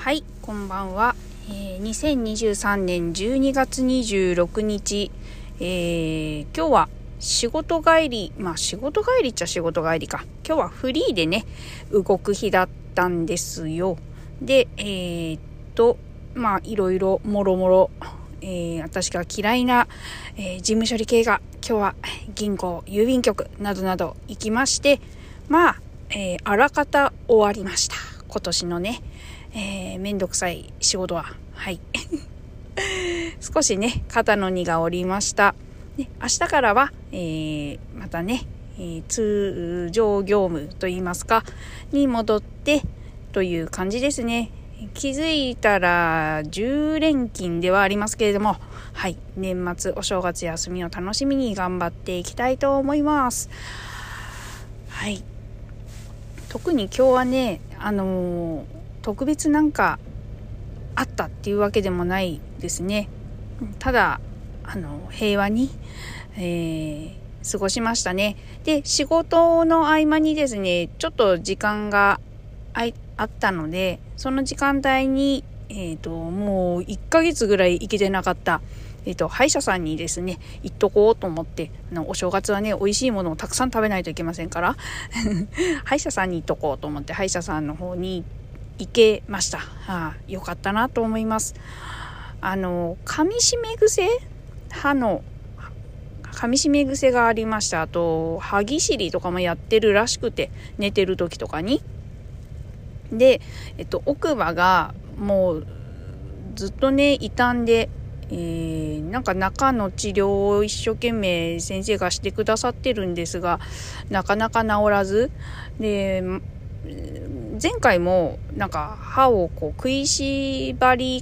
はい、こんばんは。2023年12月26日、今日は仕事帰り、仕事帰りっちゃ仕事帰りか。今日はフリーでね、動く日だったんですよ。で、いろいろもろもろ、私が嫌いな、事務処理系が今日は銀行、郵便局などなど行きまして、あらかた終わりました。今年のね、めんどくさい仕事は。はい。少しね、肩の荷が下りました。で、明日からは、またね、通常業務といいますか、に戻ってという感じですね。気づいたら10連勤ではありますけれども、はい、年末お正月休みを楽しみに頑張っていきたいと思います。はい。特に今日はね、特別なんかあったっていうわけでもないですね。ただ平和に、過ごしましたね。で、仕事の合間にですね、ちょっと時間があったので、その時間帯にもう1ヶ月ぐらい行けてなかった歯医者さんにですね行っとこうと思って、お正月はね美味しいものをたくさん食べないといけませんから歯医者さんに行っとこうと思って歯医者さんの方に行けました。よかったなと思います。噛み締め癖、歯の噛み締め癖がありました。あと歯ぎしりとかもやってるらしくて、寝てる時とかにで、奥歯がもうずっとね傷んで、なんか中の治療を一生懸命先生がしてくださってるんですが、なかなか治らずで、前回もなんか歯をこう食いしばり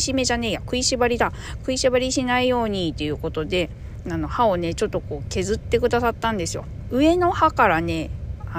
しないようにということで、歯をねちょっとこう削ってくださったんですよ。上の歯からね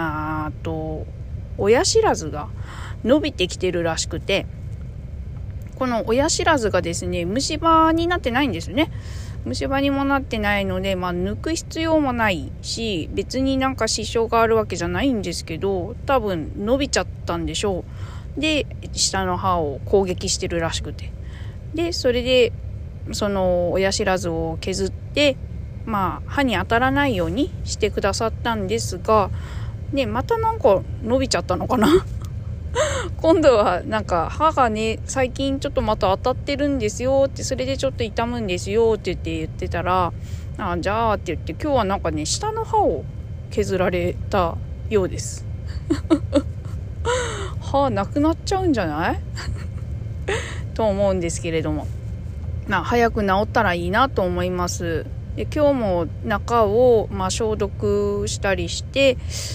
親知らずが伸びてきてるらしくて、この親知らずがですね虫歯になってないんですね。虫歯にもなってないので、抜く必要もないし、別になんか支障があるわけじゃないんですけど、多分伸びちゃったんでしょう。で、下の歯を攻撃してるらしくて、でそれでその親知らずを削って歯に当たらないようにしてくださったんですがね、またなんか伸びちゃったのかな今度はなんか歯がね最近ちょっとまた当たってるんですよって、それでちょっと痛むんですよって言ってたら、じゃあって言って今日はなんかね下の歯を削られたようです歯なくなっちゃうんじゃないと思うんですけれども、早く治ったらいいなと思います。で、今日も中を消毒したりして、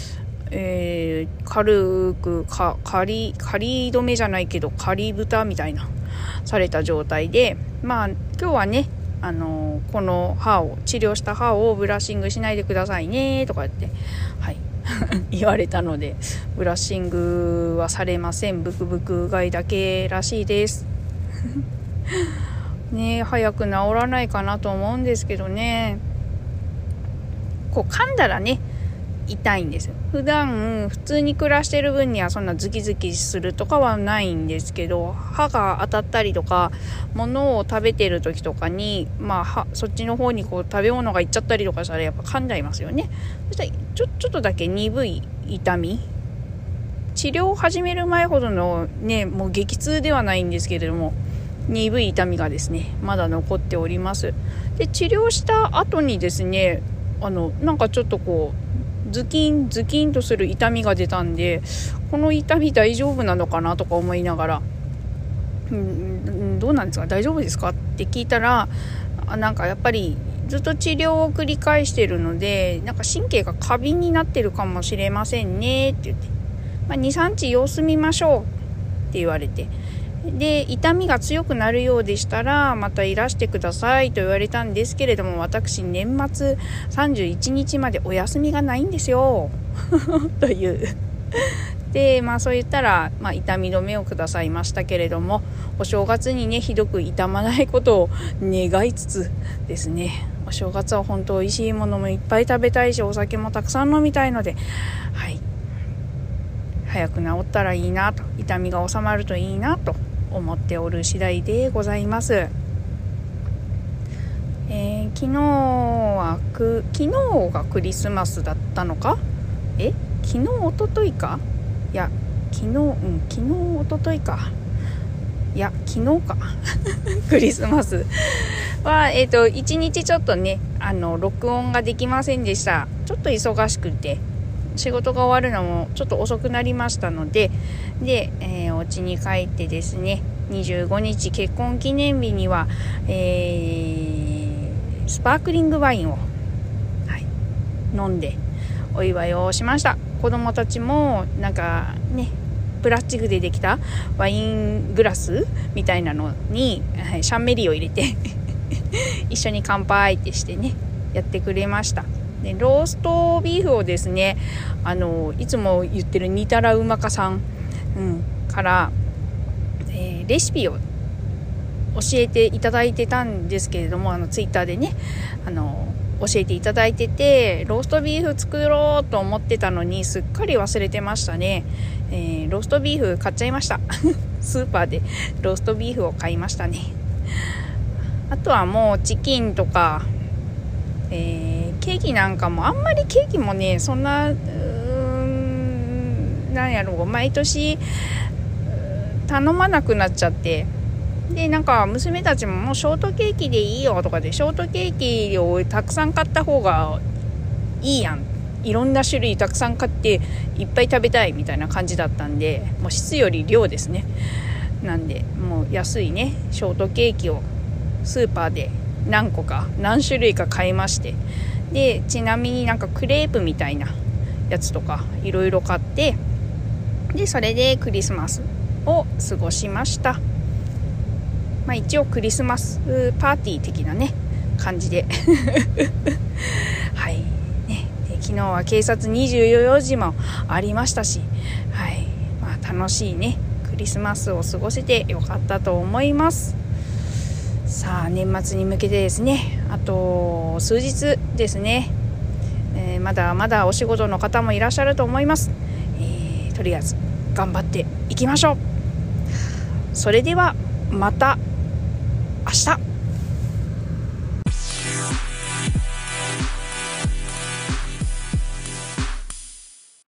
軽く仮止めじゃないけど仮蓋みたいなされた状態で、今日はねこの歯を治療した歯をブラッシングしないでくださいねとか言って言われたので、ブラッシングはされません。ブクブクがいだけらしいですね。早く治らないかなと思うんですけどね。こう噛んだらね痛いんですよ。普通に暮らしてる分にはそんなズキズキするとかはないんですけど、歯が当たったりとか物を食べてる時とかにそっちの方にこう食べ物がいっちゃったりとかしたらやっぱ噛んじゃいますよね。そしたらちょっとだけ鈍い痛み、治療を始める前ほどのねもう激痛ではないんですけれども、鈍い痛みがですねまだ残っております。で、治療した後にですねなんかちょっとこうズキンとする痛みが出たんで、この痛み大丈夫なのかなとか思いながら、どうなんですか大丈夫ですかって聞いたら、なんかやっぱりずっと治療を繰り返してるので、なんか神経が過敏になってるかもしれませんねって言って、2、3日様子見ましょうって言われて、で痛みが強くなるようでしたらまたいらしてくださいと言われたんですけれども、私年末31日までお休みがないんですよというでそう言ったら、痛み止めをくださいましたけれども、お正月にねひどく痛まないことを願いつつですね、お正月は本当美味しいものもいっぱい食べたいし、お酒もたくさん飲みたいので、早く治ったらいいなと、痛みが収まるといいなと思っておる次第でございます。昨日がクリスマスだったのか？昨日一昨日か？いや昨日一昨日か。いや昨日かクリスマスは1日ちょっとね録音ができませんでした。ちょっと忙しくて仕事が終わるのもちょっと遅くなりましたので、お家に帰ってですね、25日結婚記念日には、スパークリングワインを、飲んでお祝いをしました。子供たちもなんかね、プラスチックでできたワイングラスみたいなのに、シャンメリーを入れて一緒に乾杯ってしてね、やってくれました。でローストビーフをですね、いつも言ってる煮たらうまかさん、から、レシピを教えていただいてたんですけれども、ツイッターでね教えていただいてて、ローストビーフ作ろうと思ってたのにすっかり忘れてましたね。ローストビーフ買っちゃいましたスーパーでローストビーフを買いましたね。あとはもうチキンとか、ケーキなんかもあんまりケーキもねそんな毎年頼まなくなっちゃって、でなんか娘たちももうショートケーキでいいよとかで、ショートケーキをたくさん買った方がいいやん、いろんな種類たくさん買っていっぱい食べたいみたいな感じだったんで、もう質より量ですね。なんでもう安いねショートケーキをスーパーで何種類か買いまして、でちなみになんかクレープみたいなやつとかいろいろ買って、でそれでクリスマスを過ごしました。一応クリスマスパーティー的なね感じではいね、で昨日は警察24時もありましたし、楽しいねクリスマスを過ごせてよかったと思います。さあ年末に向けてですね、あと数日ですね、まだまだお仕事の方もいらっしゃると思います。とりあえず頑張っていきましょう。それではまた明日。